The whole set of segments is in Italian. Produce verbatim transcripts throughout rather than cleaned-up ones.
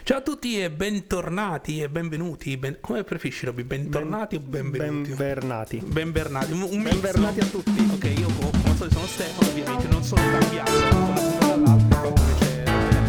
Ciao a tutti e bentornati e benvenuti. Ben... Come preferisci, Roby? Bentornati ben... o benvenuti? Benvernati. Benvernati. Un, un benvernati a tutti. Ok, io come al solito sono Stefano, ovviamente non sono cambiato da una puntata all'altra, come c'è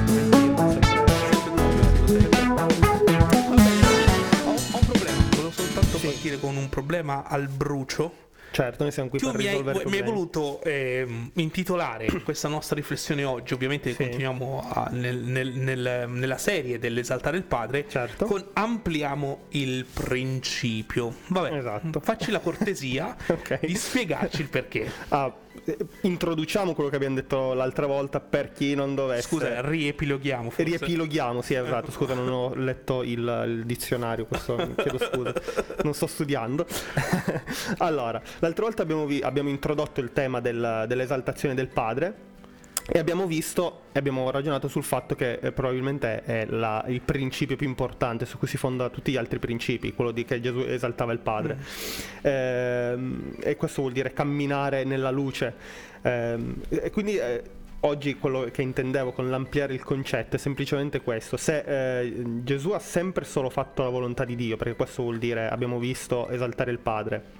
ho, ho un problema, volevo soltanto sì. partire con un problema al brucio. Certo, noi siamo qui tu per mi hai, risolvere mi hai problemi. voluto eh, intitolare questa nostra riflessione oggi, ovviamente sì. continuiamo a, nel, nel, nel, nella serie dell'esaltare il padre, certo. con ampliamo il principio. Vabbè, esatto. facci la cortesia okay. di spiegarci il perché. Ah, introduciamo quello che abbiamo detto l'altra volta per chi non dovesse. Scusa, riepiloghiamo forse. Riepiloghiamo, sì, esatto. Scusa, non ho letto il, il dizionario, questo, chiedo scusa, non sto studiando. Allora, l'altra volta abbiamo, vi- abbiamo introdotto il tema del, dell'esaltazione del padre e abbiamo visto e abbiamo ragionato sul fatto che eh, probabilmente è la, il principio più importante su cui si fonda tutti gli altri principi, quello di che Gesù esaltava il padre. Mm. Ehm, e questo vuol dire camminare nella luce. Ehm, e quindi eh, oggi quello che intendevo con l'ampliare il concetto è semplicemente questo: se eh, Gesù ha sempre solo fatto la volontà di Dio, perché questo vuol dire, abbiamo visto, esaltare il padre,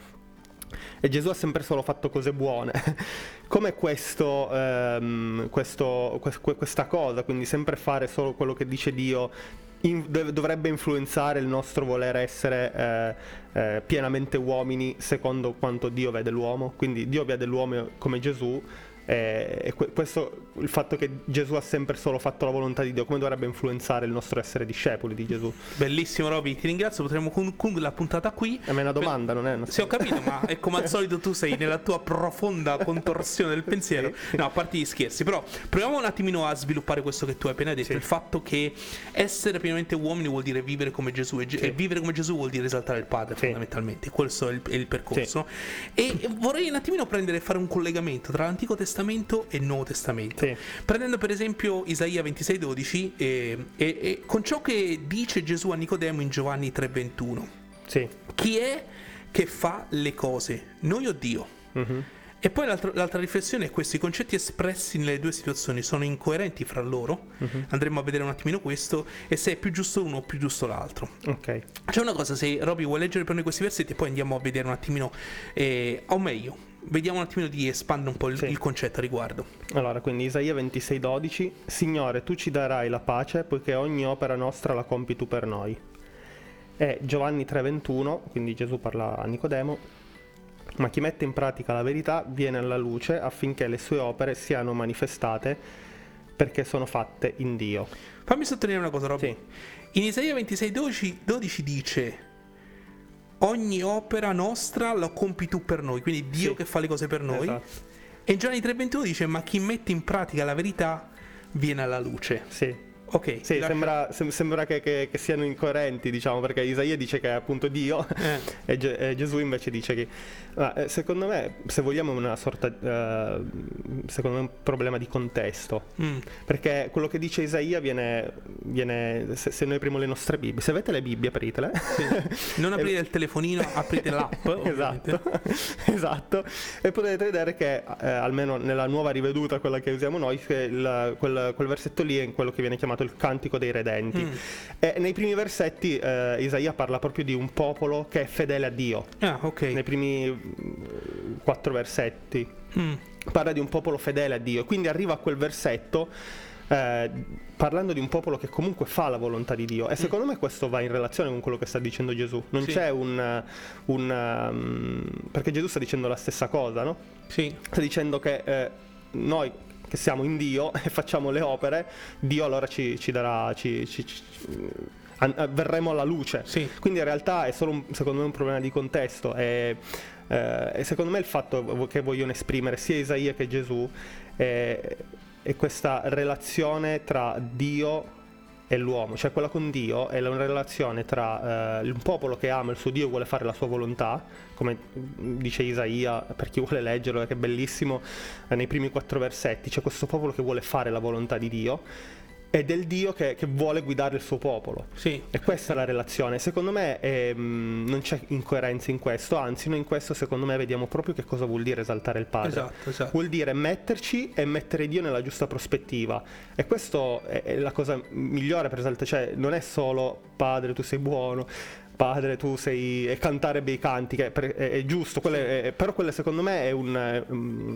e Gesù ha sempre solo fatto cose buone, come questo, ehm, questo, quest, questa cosa, quindi sempre fare solo quello che dice Dio, in, dovrebbe influenzare il nostro voler essere eh, eh, pienamente uomini secondo quanto Dio vede l'uomo. Quindi Dio vede l'uomo come Gesù, e questo, il fatto che Gesù ha sempre solo fatto la volontà di Dio, come dovrebbe influenzare il nostro essere discepoli di Gesù. Bellissimo, Roby, ti ringrazio. Potremmo concludere la puntata qui. A me è una domanda, per... non è una... Sì, ho capito, ma è come al solito tu sei nella tua profonda contorsione del pensiero. Sì. No, a parte gli scherzi, però proviamo un attimino a sviluppare questo che tu hai appena detto, sì. Il fatto che essere pienamente uomini vuol dire vivere come Gesù, e, sì. e vivere come Gesù vuol dire esaltare il Padre, sì. fondamentalmente. Questo è il, è il percorso. Sì. E vorrei un attimino prendere e fare un collegamento tra l'Antico Testamento e il Nuovo Testamento, sì. prendendo per esempio Isaia ventisei dodici e, e, e con ciò che dice Gesù a Nicodemo in Giovanni tre ventuno. Sì. Chi è che fa le cose? Noi o Dio? Uh-huh. E poi l'altra, l'altra riflessione è questi concetti espressi nelle due situazioni sono incoerenti fra loro. Uh-huh. Andremo a vedere un attimino questo e se è più giusto uno o più giusto l'altro. Ok. C'è una cosa, se Roby vuoi leggere per noi questi versetti e poi andiamo a vedere un attimino, eh, o meglio, vediamo un attimino di espandere un po' il, sì. il concetto a riguardo. Allora, quindi Isaia ventisei dodici: Signore, tu ci darai la pace, poiché ogni opera nostra la compi tu per noi. E Giovanni tre ventuno, quindi Gesù parla a Nicodemo: ma chi mette in pratica la verità viene alla luce, affinché le sue opere siano manifestate, perché sono fatte in Dio. Fammi sottolineare una cosa, Robby. Sì. In Isaia ventisei dodici dice: ogni opera nostra la compi tu per noi, quindi Dio, sì. che fa le cose per noi. Esatto. E in Giovanni tre ventuno dice: ma chi mette in pratica la verità viene alla luce. Sì. Ok, sì, sembra, sem- sembra che, che, che siano incoerenti, diciamo, perché Isaia dice che è appunto Dio eh. e, Ge- e Gesù invece dice che... Ma, eh, secondo me, se vogliamo, è una sorta, eh, secondo me, un problema di contesto, mm. perché quello che dice Isaia viene, viene se, se noi apriamo le nostre Bibbie, se avete le Bibbie apritele. Sì. Non aprite il telefonino, aprite l'app. Esatto, esatto, e potete vedere che eh, almeno nella nuova riveduta, quella che usiamo noi, che il, quel, quel versetto lì è quello che viene chiamato il cantico dei redenti. Mm. E nei primi versetti eh, Isaia parla proprio di un popolo che è fedele a Dio. Ah, ok. Nei primi quattro versetti mm. parla di un popolo fedele a Dio, quindi arriva a quel versetto eh, parlando di un popolo che comunque fa la volontà di Dio, e secondo mm. me questo va in relazione con quello che sta dicendo Gesù. Non sì. c'è un, un um, perché Gesù sta dicendo la stessa cosa, no? Sì. Sta dicendo che eh, noi che siamo in Dio e facciamo le opere, Dio allora ci, ci darà, ci, ci, ci, an- verremo alla luce. Sì. Quindi in realtà è solo un, secondo me un problema di contesto, e, eh, e secondo me il fatto che vogliono esprimere sia Isaia che Gesù è, è questa relazione tra Dio e l'uomo, cioè quella con Dio è una relazione tra eh, un popolo che ama il suo Dio e vuole fare la sua volontà, come dice Isaia, per chi vuole leggerlo, che è bellissimo, eh, nei primi quattro versetti c'è questo popolo che vuole fare la volontà di Dio, e del Dio che, che vuole guidare il suo popolo. Sì. E questa è la relazione. Secondo me è, mh, non c'è incoerenza in questo, anzi noi in questo secondo me vediamo proprio che cosa vuol dire esaltare il Padre. Esatto, esatto. Vuol dire metterci e mettere Dio nella giusta prospettiva, e questo è, è la cosa migliore per esaltare, cioè non è solo Padre tu sei buono, Padre tu sei, e cantare bei canti, che è, è, è giusto, quelle, è, però quelle secondo me è un... um,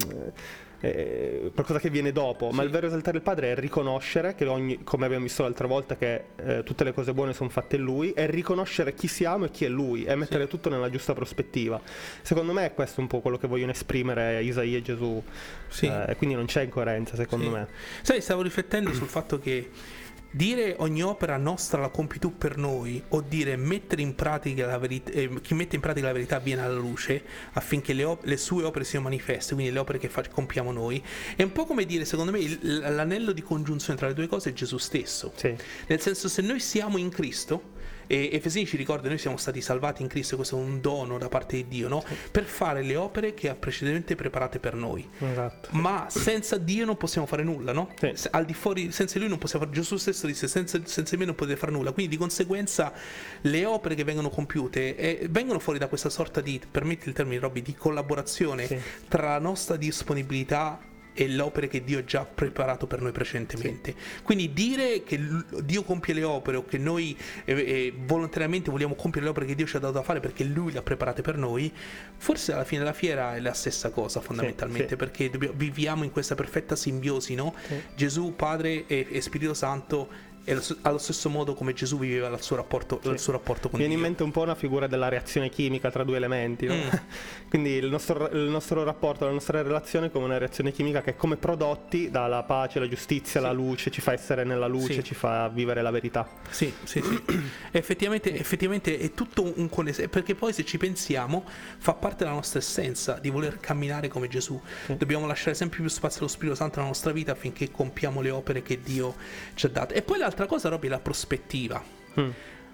Eh, qualcosa che viene dopo, sì. Ma il vero esaltare il Padre è riconoscere che ogni, come abbiamo visto l'altra volta, che eh, tutte le cose buone sono fatte in Lui, e riconoscere chi siamo e chi è Lui, e mettere sì. tutto nella giusta prospettiva. Secondo me è questo un po' quello che vogliono esprimere Isaia e Gesù, sì. eh, e quindi non c'è incoerenza secondo sì. me. Sai, stavo riflettendo sul fatto che dire ogni opera nostra la compi tu per noi, o dire mettere in pratica la verità, eh, chi mette in pratica la verità viene alla luce affinché le, op- le sue opere siano manifeste, quindi le opere che fa- compiamo noi, è un po' come dire, secondo me, il, l'anello di congiunzione tra le due cose è Gesù stesso. Sì. Nel senso, se noi siamo in Cristo, e Efesini ci ricorda, noi siamo stati salvati in Cristo, questo è un dono da parte di Dio, no? Sì. Per fare le opere che ha precedentemente preparate per noi. Esatto. Ma senza Dio non possiamo fare nulla, no? Sì. Al di fuori, senza Lui non possiamo fare. Gesù stesso disse: senza, senza me non potete fare nulla. Quindi di conseguenza le opere che vengono compiute eh, vengono fuori da questa sorta di, permetti il termine Robby, di collaborazione sì. tra la nostra disponibilità e le opere che Dio ha già preparato per noi precedentemente. Sì. Quindi dire che Dio compie le opere, o che noi eh, eh, volontariamente vogliamo compiere le opere che Dio ci ha dato da fare perché Lui le ha preparate per noi, forse alla fine della fiera è la stessa cosa fondamentalmente, sì, sì. perché dobbiamo, viviamo in questa perfetta simbiosi, no? Sì. Gesù, Padre e, e Spirito Santo, e allo stesso modo come Gesù viveva il suo rapporto, sì. il suo rapporto con Viene Dio. in mente un po' una figura della reazione chimica tra due elementi, no? Mm. Quindi il nostro, il nostro rapporto, la nostra relazione è come una reazione chimica che, come prodotti, dà la pace, la giustizia, sì. la luce, ci fa essere nella luce, sì. ci fa vivere la verità. Sì, sì, sì. effettivamente, effettivamente è tutto un connesso, perché poi se ci pensiamo fa parte della nostra essenza di voler camminare come Gesù. Sì. Dobbiamo lasciare sempre più spazio allo Spirito Santo nella nostra vita affinché compiamo le opere che Dio ci ha dato. E poi l'altra cosa, Robby, è la prospettiva. Mm.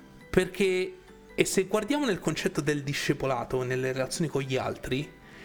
Perché, e se guardiamo nel concetto del discepolato, nelle relazioni con gli altri,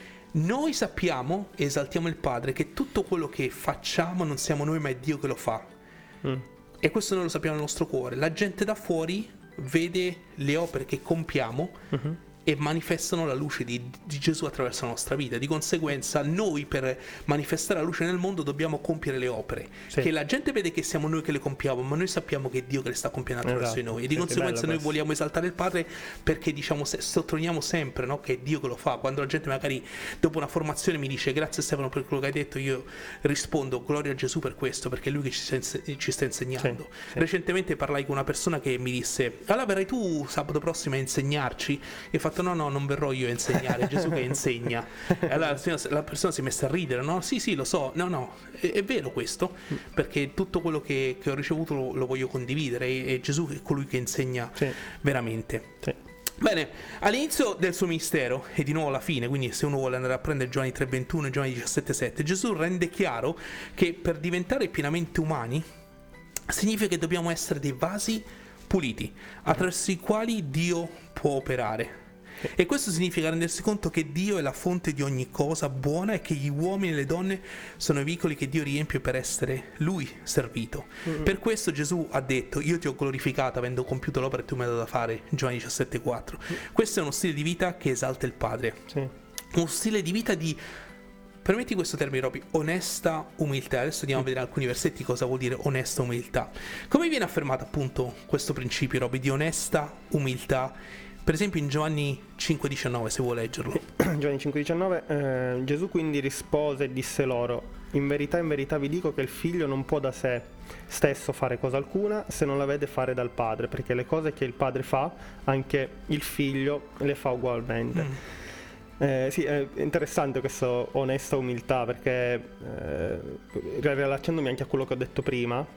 noi sappiamo e esaltiamo il Padre che tutto quello che facciamo non siamo noi ma è Dio che lo fa. Mm. E questo noi lo sappiamo nel nostro cuore. La gente da fuori vede le opere che compiamo mm-hmm. e manifestano la luce di, di Gesù attraverso la nostra vita. Di conseguenza noi, per manifestare la luce nel mondo, dobbiamo compiere le opere, sì. che la gente vede che siamo noi che le compiamo, ma noi sappiamo che è Dio che le sta compiendo attraverso esatto. di noi. E di sì, conseguenza noi questo. vogliamo esaltare il Padre, perché diciamo, sottolineiamo sempre, no, che è Dio che lo fa. Quando la gente magari dopo una formazione mi dice grazie Stefano per quello che hai detto, io rispondo gloria a Gesù per questo, perché è Lui che ci sta, ci sta insegnando. Sì, sì. Recentemente parlai con una persona che mi disse: allora verrai tu sabato prossimo a insegnarci? E ho fatto no no non verrò io a insegnare, è Gesù che insegna. E allora la persona si è messa a ridere, no? Sì sì lo so, no no è, è vero questo, perché tutto quello che, che ho ricevuto lo, lo voglio condividere, e, e Gesù è colui che insegna sì. veramente sì. Bene, all'inizio del suo ministero e di nuovo alla fine, quindi se uno vuole andare a prendere Giovanni tre ventuno e Giovanni diciassette sette, Gesù rende chiaro che per diventare pienamente umani significa che dobbiamo essere dei vasi puliti attraverso i quali Dio può operare. E questo significa rendersi conto che Dio è la fonte di ogni cosa buona e che gli uomini e le donne sono i veicoli che Dio riempie per essere Lui servito. Mm-hmm. Per questo Gesù ha detto: io ti ho glorificato avendo compiuto l'opera che tu mi hai dato da fare, Giovanni diciassette quattro. Mm-hmm. Questo è uno stile di vita che esalta il Padre, sì. uno stile di vita di, permetti questo termine Robby, onesta umiltà. Adesso andiamo a vedere alcuni versetti cosa vuol dire onesta umiltà. Come viene affermato appunto questo principio, Robby, di onesta umiltà? Per esempio in Giovanni cinque diciannove, se vuoi leggerlo. Giovanni cinque diciannove, eh, Gesù quindi rispose e disse loro: in verità, in verità vi dico che il figlio non può da sé stesso fare cosa alcuna se non la vede fare dal padre, perché le cose che il padre fa, anche il figlio le fa ugualmente. Mm. Eh, sì, è interessante questa onesta umiltà, perché eh, rilacciandomi anche a quello che ho detto prima,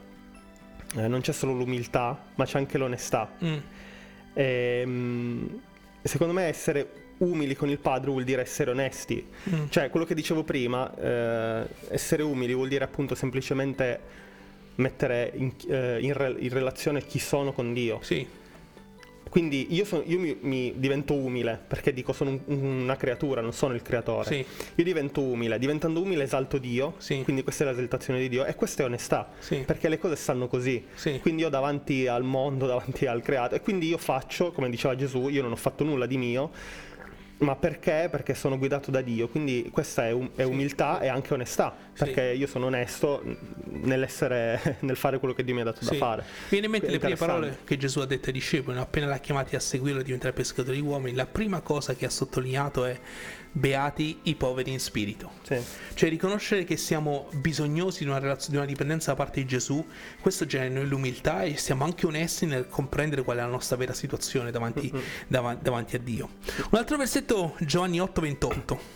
eh, non c'è solo l'umiltà, ma c'è anche l'onestà. Mm. E, secondo me essere umili con il Padre vuol dire essere onesti. Mm. Cioè, quello che dicevo prima, eh, essere umili vuol dire appunto semplicemente mettere in, eh, in, re, in relazione chi sono con Dio. Sì. Quindi io, sono, io mi, mi divento umile, perché dico sono un, una creatura, non sono il creatore. Sì. Io divento umile, diventando umile esalto Dio, Sì. quindi questa è l'esaltazione di Dio, e questa è onestà, Sì. perché le cose stanno così. Sì. Quindi io davanti al mondo, davanti al creato, e quindi io faccio, come diceva Gesù, io non ho fatto nulla di mio, ma perché? Perché sono guidato da Dio, quindi questa è, um- è umiltà sì. e anche onestà, perché sì. io sono onesto nell'essere, nel fare quello che Dio mi ha dato sì. da fare. Viene in mente le prime parole che Gesù ha detto ai discepoli, appena l'ha chiamati a seguirlo e diventare pescatori di uomini, la prima cosa che ha sottolineato è: beati i poveri in spirito. Sì. Cioè riconoscere che siamo bisognosi di una relazione, di una dipendenza da parte di Gesù. Questo genera in noi l'umiltà, e siamo anche onesti nel comprendere qual è la nostra vera situazione davanti, mm-hmm. davanti, davanti a Dio. Un altro versetto, Giovanni otto ventotto.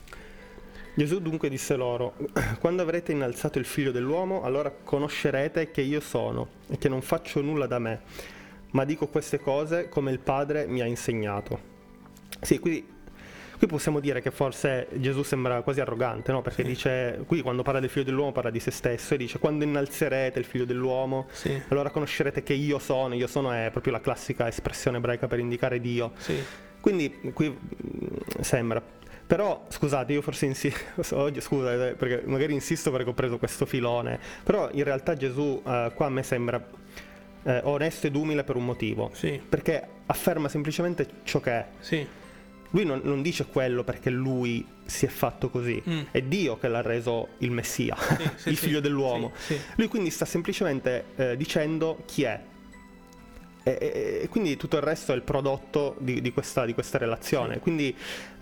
Gesù dunque disse loro: quando avrete innalzato il figlio dell'uomo, allora conoscerete che io sono e che non faccio nulla da me, ma dico queste cose come il Padre mi ha insegnato. Sì, quindi qui possiamo dire che forse Gesù sembra quasi arrogante, no? Perché sì. dice, qui quando parla del figlio dell'uomo parla di se stesso e dice: quando innalzerete il figlio dell'uomo, sì. allora conoscerete che io sono. Io sono è proprio la classica espressione ebraica per indicare Dio. Sì. Quindi qui sembra. Però scusate, io forse insisto oggi, scusa, perché magari insisto perché ho preso questo filone, però in realtà Gesù eh, qua a me sembra eh, onesto ed umile per un motivo. Sì. Perché afferma semplicemente ciò che è. Sì. Lui non, non dice quello perché lui si è fatto così, mm. è Dio che l'ha reso il Messia, sì, sì, il figlio sì, dell'uomo. Sì, sì. Lui quindi sta semplicemente eh, dicendo chi è. E, e, e quindi tutto il resto è il prodotto di, di, questa, di questa relazione. Sì. Quindi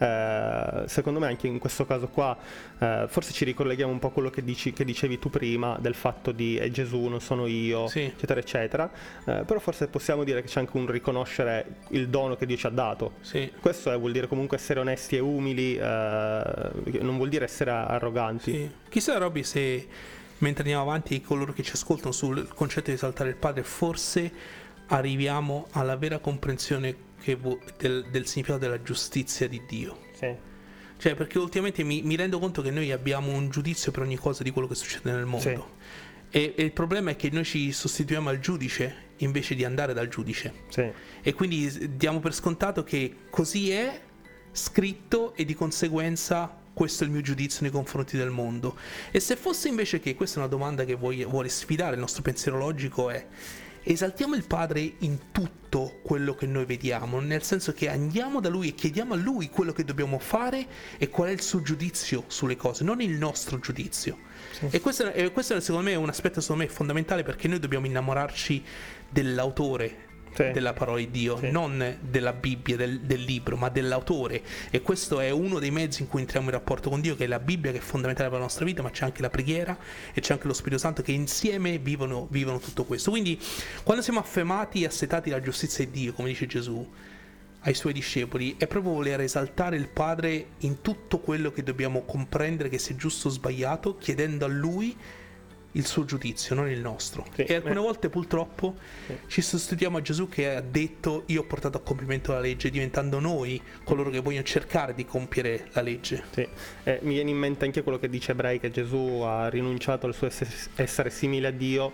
eh, secondo me anche in questo caso qua eh, forse ci ricolleghiamo un po' a quello che, dici, che dicevi tu prima, del fatto di è Gesù, non sono io, sì. eccetera eccetera, eh, però forse possiamo dire che c'è anche un riconoscere il dono che Dio ci ha dato. Sì. Questo è, vuol dire comunque essere onesti e umili, eh, non vuol dire essere arroganti. Sì. Chissà Robby se mentre andiamo avanti coloro che ci ascoltano sul concetto di esaltare il Padre forse arriviamo alla vera comprensione che vo- del, del significato della giustizia di Dio. Sì. Cioè, perché ultimamente mi, mi rendo conto che noi abbiamo un giudizio per ogni cosa di quello che succede nel mondo. Sì. E, e il problema è che noi ci sostituiamo al giudice invece di andare dal giudice. Sì. E quindi diamo per scontato che così è scritto e di conseguenza questo è il mio giudizio nei confronti del mondo. E se fosse invece che, questa è una domanda che vuole, vuole sfidare il nostro pensiero logico, è: esaltiamo il Padre in tutto quello che noi vediamo, nel senso che andiamo da Lui e chiediamo a Lui quello che dobbiamo fare e qual è il suo giudizio sulle cose, non il nostro giudizio. Sì. E questo, e questo secondo me è un aspetto secondo me fondamentale, perché noi dobbiamo innamorarci dell'autore, sì. della parola di Dio, sì. non della Bibbia, del, del libro, ma dell'autore. E questo è uno dei mezzi in cui entriamo in rapporto con Dio, che è la Bibbia, che è fondamentale per la nostra vita, ma c'è anche la preghiera e c'è anche lo Spirito Santo, che insieme vivono, vivono tutto questo. Quindi quando siamo affamati e assetati dalla giustizia di Dio, come dice Gesù ai suoi discepoli, è proprio voler esaltare il Padre in tutto quello che dobbiamo comprendere che sia giusto o sbagliato, chiedendo a Lui il suo giudizio, non il nostro. Sì, e alcune eh. volte purtroppo sì. ci sostituiamo a Gesù, che ha detto: io ho portato a compimento la legge, diventando noi coloro che vogliono cercare di compiere la legge. Sì. Eh, mi viene in mente anche quello che dice Ebrei, che Gesù ha rinunciato al suo essere, essere simile a Dio,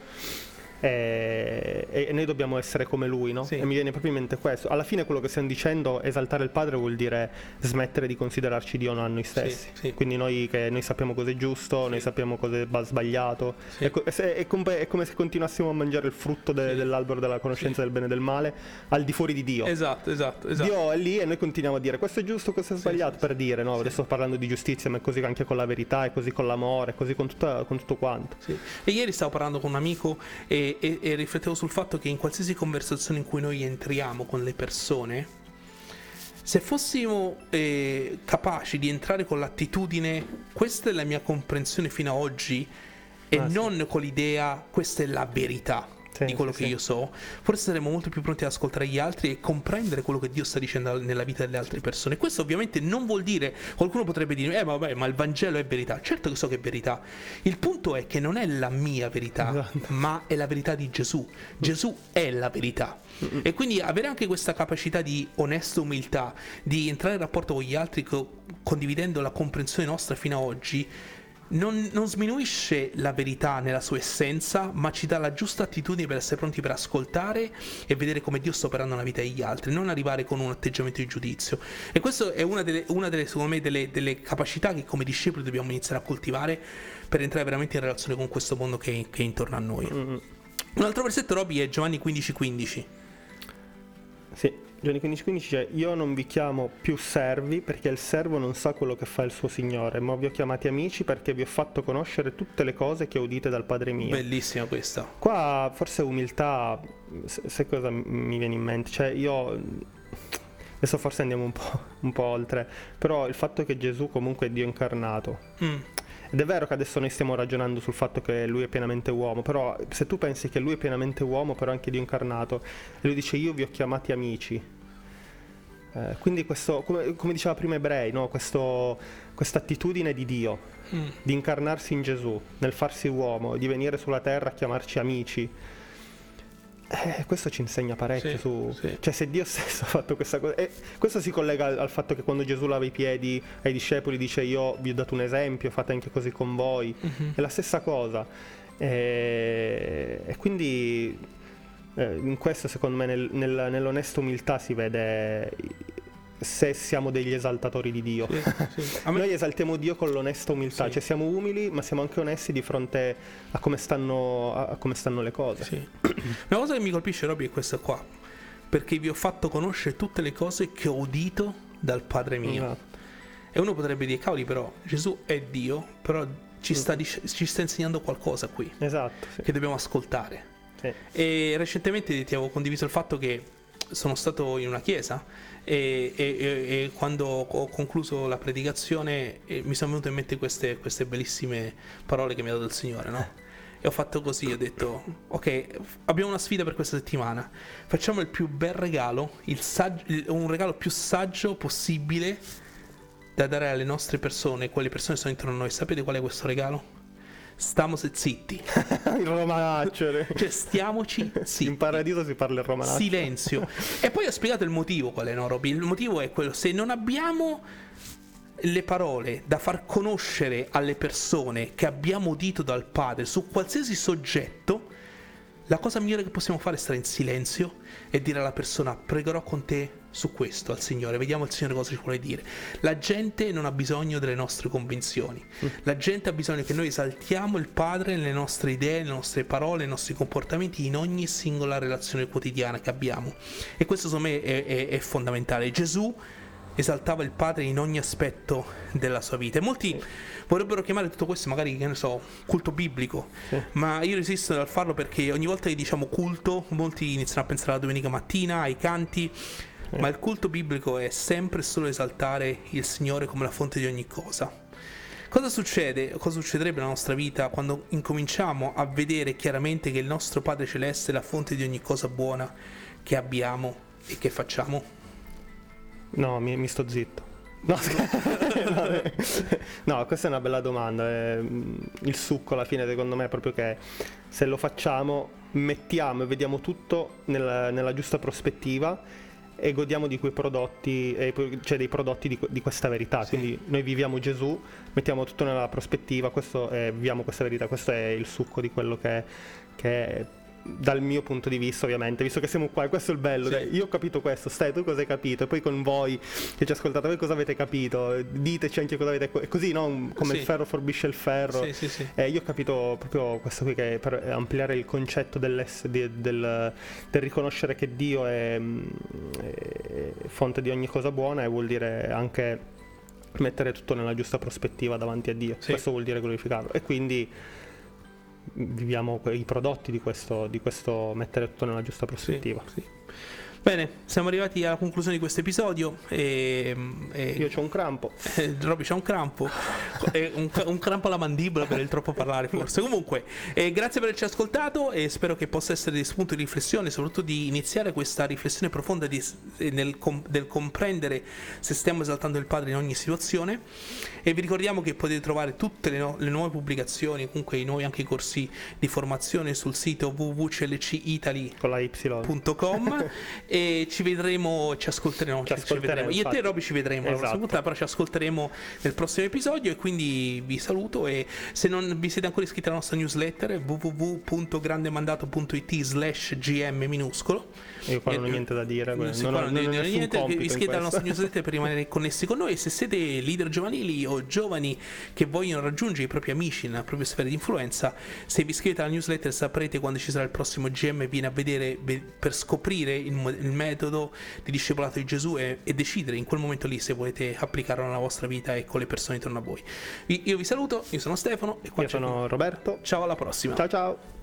e, e noi dobbiamo essere come Lui, no? Sì. E mi viene proprio in mente questo. Alla fine quello che stiamo dicendo, esaltare il Padre, vuol dire smettere di considerarci Dio a noi stessi. Sì, sì. Quindi noi che noi sappiamo cosa è giusto, sì. noi sappiamo cosa è sbagliato. Sì. È, è, è, come, è come se continuassimo a mangiare il frutto de, sì. dell'albero della conoscenza sì. del bene e del male al di fuori di Dio. Esatto, esatto, esatto. Dio è lì e noi continuiamo a dire questo è giusto, questo è sbagliato, sì, sì, per dire, no? Sì. Adesso sto parlando di giustizia, ma è così anche con la verità, è così con l'amore, è così con, tutta, con tutto quanto. Sì. E ieri stavo parlando con un amico e, e, e riflettevo sul fatto che in qualsiasi conversazione in cui noi entriamo con le persone, se fossimo eh, capaci di entrare con l'attitudine questa è la mia comprensione fino ad oggi e ah, non sì. con l'idea questa è la verità sì, di quello sì, che sì. io so, forse saremo molto più pronti ad ascoltare gli altri e comprendere quello che Dio sta dicendo nella vita delle altre persone. Questo ovviamente non vuol dire, qualcuno potrebbe dire eh vabbè, ma il Vangelo è verità. Certo che so che è verità, il punto è che non è la mia verità, esatto. ma è la verità di Gesù. Gesù è la verità. Mm-hmm. E quindi avere anche questa capacità di onesta umiltà, di entrare in rapporto con gli altri co- condividendo la comprensione nostra fino ad oggi, non, non sminuisce la verità nella sua essenza, ma ci dà la giusta attitudine per essere pronti per ascoltare e vedere come Dio sta operando nella vita degli altri, non arrivare con un atteggiamento di giudizio. E questa è una delle, una delle secondo me, delle, delle capacità che come discepoli dobbiamo iniziare a coltivare per entrare veramente in relazione con questo mondo che, che è intorno a noi. Mm-hmm. Un altro versetto, Roby, è Giovanni quindici quindici. Sì, Giovanni quindici quindici dice: io non vi chiamo più servi, perché il servo non sa quello che fa il suo Signore, ma vi ho chiamati amici, perché vi ho fatto conoscere tutte le cose che udite dal Padre mio. Bellissima questa. Qua forse umiltà, sai cosa mi viene in mente? Cioè io, adesso forse andiamo un po', un po' oltre, però il fatto che Gesù comunque è Dio incarnato. Mm. Ed è vero che adesso noi stiamo ragionando sul fatto che lui è pienamente uomo, però se tu pensi che lui è pienamente uomo, però anche Dio incarnato, e lui dice io vi ho chiamati amici, eh, quindi questo, come, come diceva prima Ebrei, no? Questo, questa attitudine di Dio, mm. di incarnarsi in Gesù, nel farsi uomo, di venire sulla terra a chiamarci amici, eh, questo ci insegna parecchio, sì, su sì. Cioè se Dio stesso ha fatto questa cosa, e questo si collega al, al fatto che quando Gesù lava i piedi ai discepoli dice io vi ho dato un esempio, fate anche così con voi, mm-hmm. È la stessa cosa, e, e quindi eh, in questo secondo me nel, nel, nell'onesta umiltà si vede se siamo degli esaltatori di Dio. Sì, sì. Me... Noi esaltiamo Dio con l'onesta umiltà, sì. Cioè siamo umili ma siamo anche onesti di fronte a come stanno, a come stanno le cose. Sì. Una cosa che mi colpisce, Roby, è questa qua, perché vi ho fatto conoscere tutte le cose che ho udito dal Padre mio. Esatto. E uno potrebbe dire, cavoli, però Gesù è Dio, però ci sta, ci sta insegnando qualcosa qui, esatto, sì. Che dobbiamo ascoltare. Sì. E recentemente ti avevo condiviso il fatto che sono stato in una chiesa e, e, e quando ho concluso la predicazione eh, mi sono venute in mente queste, queste bellissime parole che mi ha dato il Signore, no? E ho fatto così, ho detto ok, abbiamo una sfida per questa settimana, facciamo il più bel regalo, il saggio, il, un regalo più saggio possibile da dare alle nostre persone, quelle persone che sono intorno a noi. Sapete qual è questo regalo? Stiamo zitti. Il romanaccio. Cioè stiamoci zitti. In paradiso si parla il romanaccio. Silenzio. E poi ho spiegato il motivo qual è, no, Roby? Il motivo è quello: se non abbiamo le parole da far conoscere alle persone che abbiamo udito dal Padre su qualsiasi soggetto, la cosa migliore che possiamo fare è stare in silenzio e dire alla persona pregherò con te su questo al Signore, vediamo il Signore cosa ci vuole dire. La gente non ha bisogno delle nostre convinzioni, la gente ha bisogno che noi esaltiamo il Padre nelle nostre idee, nelle nostre parole, nei nostri comportamenti, in ogni singola relazione quotidiana che abbiamo. E questo secondo me è, è, è fondamentale. Gesù esaltava il Padre in ogni aspetto della sua vita. E molti sì. vorrebbero chiamare tutto questo magari, che ne so, culto biblico, sì. ma io resisto dal farlo perché ogni volta che diciamo culto molti iniziano a pensare alla domenica mattina, ai canti, sì. ma il culto biblico è sempre solo esaltare il Signore come la fonte di ogni cosa. Cosa succede? Cosa succederebbe nella nostra vita quando incominciamo a vedere chiaramente che il nostro Padre Celeste è la fonte di ogni cosa buona che abbiamo e che facciamo? No, mi, mi sto zitto. No, no, questa è una bella domanda. Il succo alla fine secondo me è proprio che se lo facciamo mettiamo e vediamo tutto nella, nella giusta prospettiva e godiamo di quei prodotti, cioè dei prodotti di, di questa verità. Sì. Quindi noi viviamo Gesù, mettiamo tutto nella prospettiva, questo è, viviamo questa verità, questo è il succo di quello che, che è, dal mio punto di vista, ovviamente, visto che siamo qua, questo è il bello. Sì. Dai, io ho capito questo, stai, tu cosa hai capito? E poi con voi che ci ascoltate, voi cosa avete capito? Diteci anche cosa avete, è così, no? Come sì. il ferro forbisce il ferro. Sì, sì, sì. Eh, io ho capito proprio questo qui, che per ampliare il concetto del, del, del riconoscere che Dio è, è fonte di ogni cosa buona, e vuol dire anche mettere tutto nella giusta prospettiva davanti a Dio. Sì. Questo vuol dire glorificarlo, e quindi viviamo i prodotti di questo, di questo mettere tutto nella giusta prospettiva. Sì, sì. Bene, siamo arrivati alla conclusione di questo episodio e, e io c'ho un crampo. Eh, Roby c'ha un crampo, e un, un crampo alla mandibola per il troppo parlare forse. Comunque, eh, grazie per averci ascoltato e spero che possa essere di spunto di riflessione, soprattutto di iniziare questa riflessione profonda di, nel, del comprendere se stiamo esaltando il Padre in ogni situazione. E vi ricordiamo che potete trovare tutte le, no, le nuove pubblicazioni, comunque i nuovi anche i corsi di formazione sul sito w w w punto c l c italy punto com e ci vedremo, ci ascolteremo, Ci ci, ci ascolteremo, vedremo. Io e te infatti. Roby ci vedremo alla prossima Esatto. puntata, però ci ascolteremo nel prossimo episodio e quindi vi saluto e se non vi siete ancora iscritti alla nostra newsletter w w w punto grandemandato punto it slash gm minuscolo. Io qua non ho E- niente da dire, non non, si non, può, ho- non- non ho non- nessun niente, vi compito in iscrivete alla nostra questo. newsletter per rimanere connessi con noi e se siete leader giovanili o giovani che vogliono raggiungere i propri amici nella propria sfera di influenza, se vi iscrivete alla newsletter saprete quando ci sarà il prossimo G M, viene a vedere ve- per scoprire il, mo- il metodo di discepolato di Gesù e, e decidere in quel momento lì se volete applicarlo nella vostra vita e con le persone intorno a voi. Vi- io vi saluto, io sono Stefano e qua Io c'è- sono Roberto. ciao, alla prossima. Ciao ciao.